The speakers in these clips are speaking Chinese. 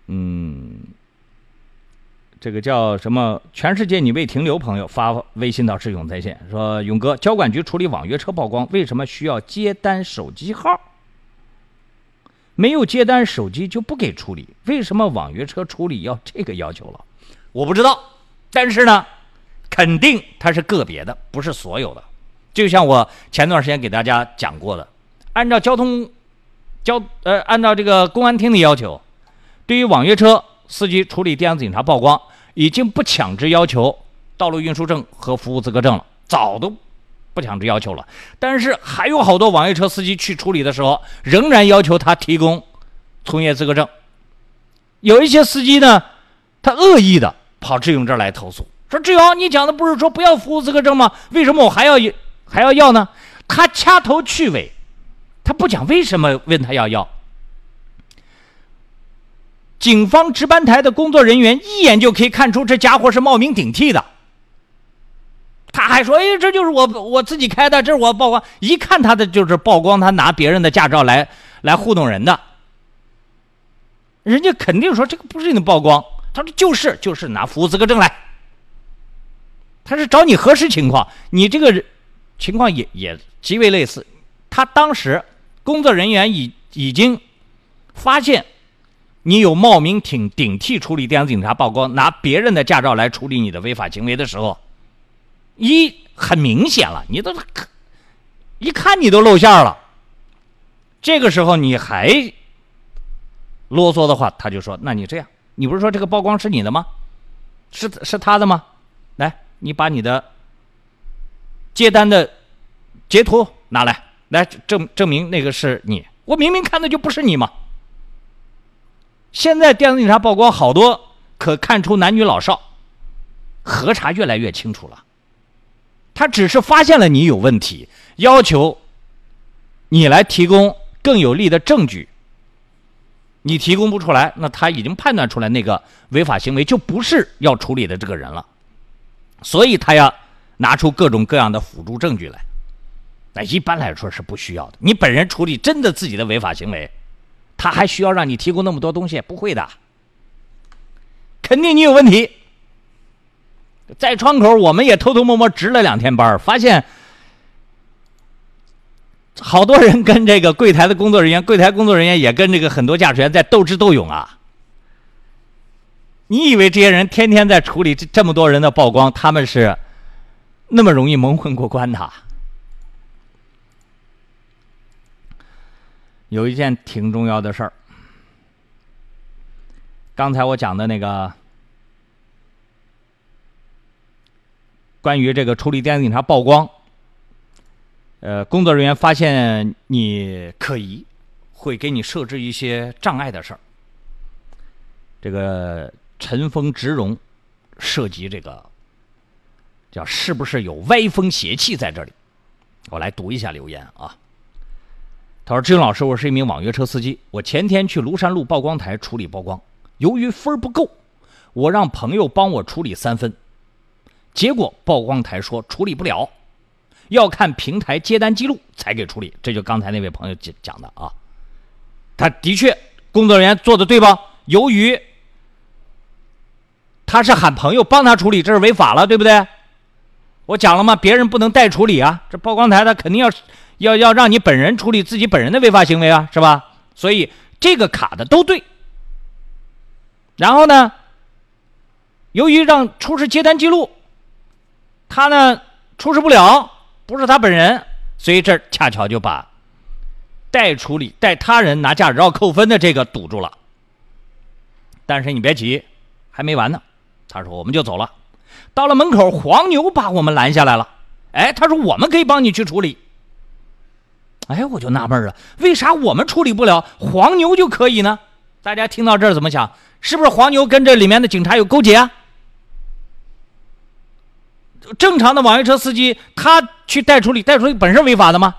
这个叫什么？全世界你未停留朋友发微信到志勇在线说，勇哥，交管局处理网约车曝光，为什么需要接单手机号？没有接单手机就不给处理，为什么网约车处理要这个要求了？我不知道，但是呢，肯定它是个别的，不是所有的。就像我前段时间给大家讲过的，按照按照这个公安厅的要求，对于网约车司机处理电子警察曝光，已经不强制要求道路运输证和服务资格证了，早都不强制要求了。但是还有好多网约车司机去处理的时候，仍然要求他提供从业资格证。有一些司机呢，他恶意的跑志勇这儿来投诉，说志勇，你讲的不是说不要服务资格证吗？为什么我还要呢？他掐头去尾，他不讲为什么问他要。警方值班台的工作人员一眼就可以看出这家伙是冒名顶替的。他还说，这就是我自己开的，这是我曝光。一看他的就是曝光，他拿别人的驾照来糊弄人的。人家肯定说这个不是你的曝光，他说就是拿服务资格证来。他是找你核实情况，你这个情况也极为类似。他当时工作人员已经发现你有冒名顶替处理电子警察曝光，拿别人的驾照来处理你的违法行为的时候，很明显了，你都一看你都露馅了。这个时候你还啰嗦的话，他就说，那你这样，你不是说这个曝光是你的吗？是他的吗？来，你把你的接单的截图拿来证明那个是你。我明明看的就不是你嘛。现在电子警察曝光好多可看出男女老少，核查越来越清楚了。他只是发现了你有问题，要求你来提供更有力的证据。你提供不出来，那他已经判断出来那个违法行为就不是要处理的这个人了，所以他要拿出各种各样的辅助证据来。那一般来说是不需要的，你本人处理真的自己的违法行为，他还需要让你提供那么多东西？不会的，肯定你有问题。在窗口我们也偷偷摸摸值了2天班，发现好多人跟这个柜台工作人员也跟这个很多驾驶员在斗智斗勇啊。你以为这些人天天在处理这么多人的曝光，他们是那么容易蒙混过关的？有一件挺重要的事儿，刚才我讲的那个关于这个处理电子警察曝光，工作人员发现你可疑，会给你设置一些障碍的事儿。这个陈峰植荣涉及这个叫是不是有歪风邪气在这里？我来读一下留言啊。他说：“志勇老师，我是一名网约车司机，我前天去庐山路曝光台处理曝光，由于分不够，我让朋友帮我处理3分，结果曝光台说处理不了，要看平台接单记录才给处理。”这就刚才那位朋友讲的啊。他的确工作人员做的对吧？由于他是喊朋友帮他处理，这是违法了，对不对？我讲了吗？别人不能代处理啊，这曝光台他肯定要让你本人处理自己本人的违法行为啊，是吧？所以这个卡的都对。然后呢，由于让出示接单记录，他呢出示不了，不是他本人，所以这恰巧就把代处理代他人拿驾驶照扣分的这个堵住了。但是你别急，还没完呢。他说我们就走了，到了门口黄牛把我们拦下来了。他说我们可以帮你去处理。我就纳闷了，为啥我们处理不了，黄牛就可以呢？大家听到这儿怎么想？是不是黄牛跟这里面的警察有勾结啊？正常的网约车司机他去代处理本身违法的吗？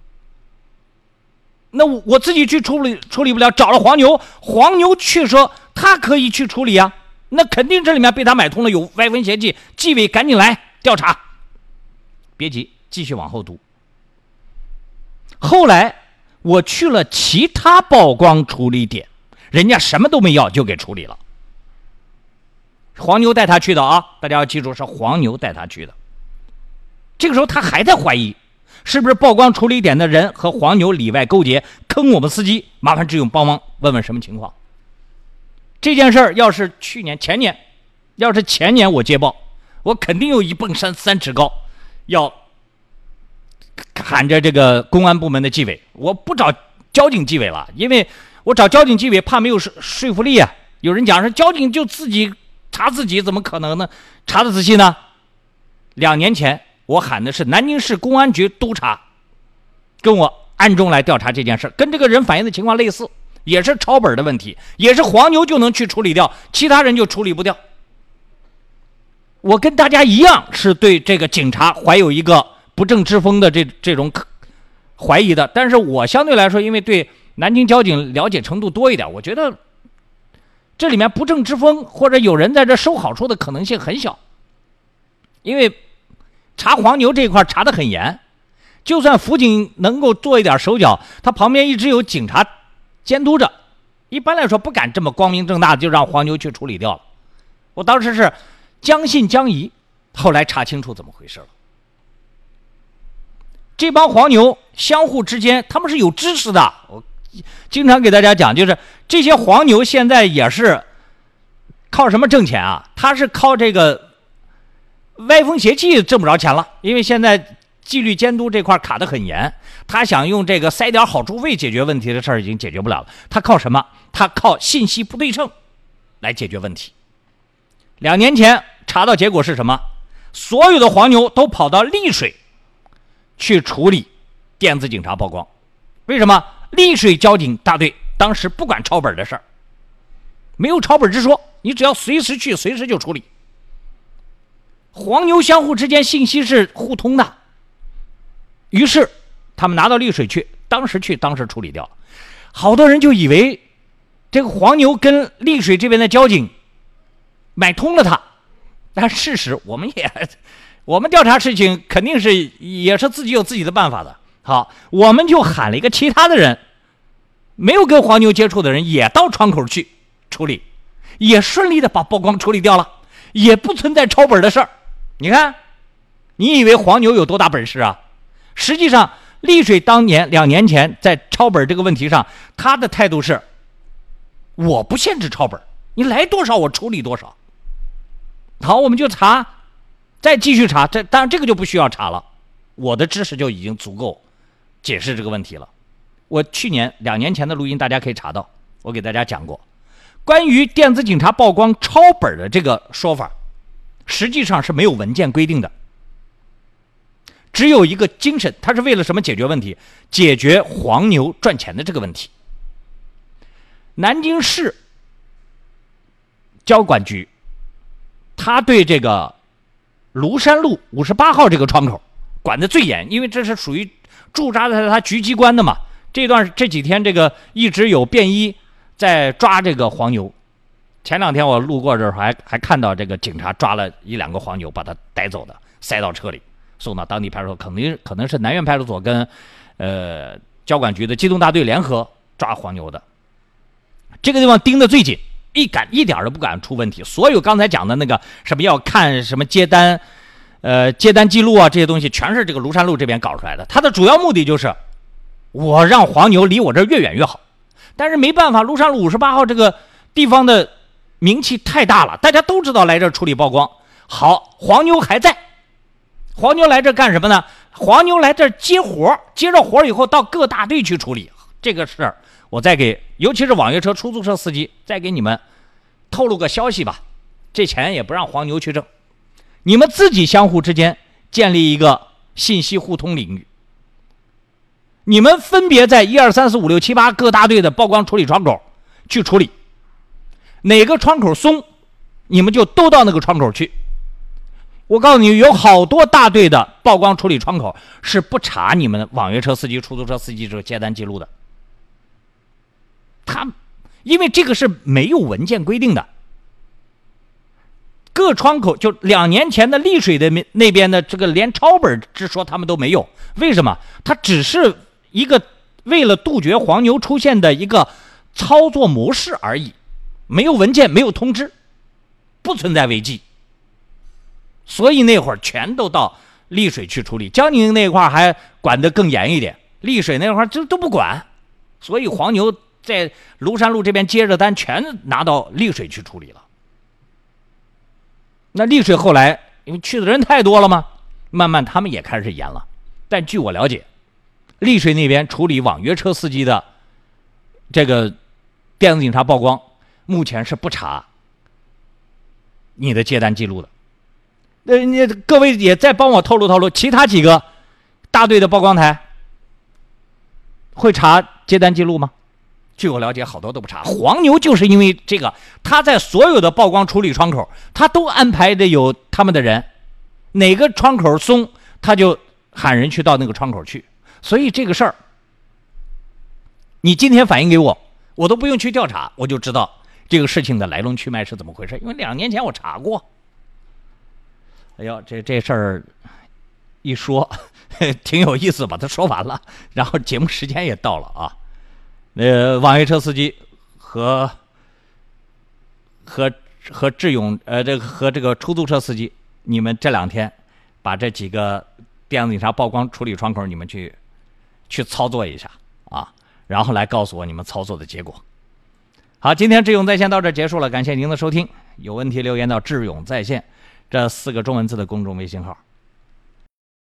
那我自己去处理不了，找了黄牛去说他可以去处理啊，那肯定这里面被他买通了，有歪风邪气，纪委赶紧来调查。别急，继续往后读。后来我去了其他曝光处理点， 人家什么都没要就给处理了。黄牛带他去的啊，大家要记住是黄牛带他去的。这个时候他还在怀疑，是不是曝光处理点的人和黄牛里外勾结，坑我们司机？麻烦志勇帮忙问问什么情况。这件事儿要是前年我接报，我肯定有一蹦山3尺高，要喊着这个公安部门的纪委，我不找交警纪委了，因为我找交警纪委怕没有说服力啊。有人讲说交警就自己查自己，怎么可能呢？查得仔细呢。2年前我喊的是南京市公安局督察，跟我暗中来调查这件事，跟这个人反映的情况类似，也是抄本的问题，也是黄牛就能去处理掉，其他人就处理不掉。我跟大家一样是对这个警察怀有一个不正之风的这种怀疑的，但是我相对来说因为对南京交警了解程度多一点，我觉得这里面不正之风或者有人在这收好处的可能性很小。因为查黄牛这一块查得很严，就算辅警能够做一点手脚，他旁边一直有警察监督着，一般来说不敢这么光明正大的就让黄牛去处理掉了。我当时是将信将疑，后来查清楚怎么回事了。这帮黄牛相互之间他们是有知识的，我经常给大家讲，就是这些黄牛现在也是靠什么挣钱啊？他是靠这个歪风邪气挣不着钱了，因为现在纪律监督这块卡得很严，他想用这个塞点好处费解决问题的事儿已经解决不了了。他靠什么？他靠信息不对称来解决问题。2年前查到结果是什么？所有的黄牛都跑到丽水去处理电子警察曝光。为什么？丽水交警大队当时不管抄本的事儿，没有抄本之说，你只要随时去随时就处理。黄牛相互之间信息是互通的，于是他们拿到丽水去，当时处理掉了。好多人就以为这个黄牛跟丽水这边的交警买通了他，但事实我们调查事情肯定是也是自己有自己的办法的。好，我们就喊了一个其他的人，没有跟黄牛接触的人也到窗口去处理，也顺利的把曝光处理掉了，也不存在抄本的事儿。你看，你以为黄牛有多大本事啊？实际上丽水当年2年前在抄本这个问题上，他的态度是我不限制抄本，你来多少我处理多少。好，我们就查，再继续查，当然这个就不需要查了，我的知识就已经足够解释这个问题了。我去年2年前的录音大家可以查到，我给大家讲过关于电子警察曝光抄本的这个说法，实际上是没有文件规定的，只有一个精神，它是为了什么解决问题？解决黄牛赚钱的这个问题。南京市交管局他对这个庐山路58号这个窗口管得最严，因为这是属于驻扎在他局机关的嘛。这几天这个一直有便衣在抓这个黄牛，前2天我路过这儿还看到这个警察抓了1-2个黄牛，把他带走的，塞到车里送到当地派出所，可能是南苑派出所跟交管局的机动大队联合抓黄牛的。这个地方盯得最紧，一点都不敢出问题。所有刚才讲的那个什么要看什么接单记录啊，这些东西全是这个庐山路这边搞出来的。它的主要目的就是我让黄牛离我这儿越远越好。但是没办法，庐山路58号这个地方的名气太大了，大家都知道来这儿处理曝光。好，黄牛还在，黄牛来这儿干什么呢？黄牛来这儿接活，接着活以后到各大队去处理。这个事儿我再给尤其是网约车出租车司机再给你们透露个消息吧，这钱也不让黄牛去挣，你们自己相互之间建立一个信息互通领域，你们分别在1、2、3、4、5、6、7、8各大队的曝光处理窗口去处理，哪个窗口松你们就都到那个窗口去。我告诉你，有好多大队的曝光处理窗口是不查你们网约车司机、出租车司机这个接单记录的，因为这个是没有文件规定的。各窗口就2年前的丽水的那边的这个连抄本之说他们都没有。为什么？它只是一个为了杜绝黄牛出现的一个操作模式而已，没有文件，没有通知，不存在违纪。所以那会儿全都到丽水去处理，江宁那块还管得更严一点，丽水那块就都不管。所以黄牛在庐山路这边接着单全拿到丽水去处理了。那丽水后来因为去的人太多了嘛，慢慢他们也开始严了。但据我了解，丽水那边处理网约车司机的这个电子警察曝光，目前是不查你的接单记录的。你各位也再帮我透露透露，其他几个大队的曝光台会查接单记录吗？据我了解，好多都不查。黄牛就是因为这个，他在所有的曝光处理窗口，他都安排的有他们的人，哪个窗口松，他就喊人去到那个窗口去。所以这个事儿，你今天反映给我，我都不用去调查，我就知道这个事情的来龙去脉是怎么回事。因为2年前我查过。哎呦，这事儿一说挺有意思，把它说完了，然后节目时间也到了啊。网约车司机和智勇和这个出租车司机，你们这2天把这几个电子警察曝光处理窗口，你们去操作一下啊，然后来告诉我你们操作的结果。好，今天智勇在线到这结束了，感谢您的收听。有问题留言到智勇在线这4个中文字的公众微信号。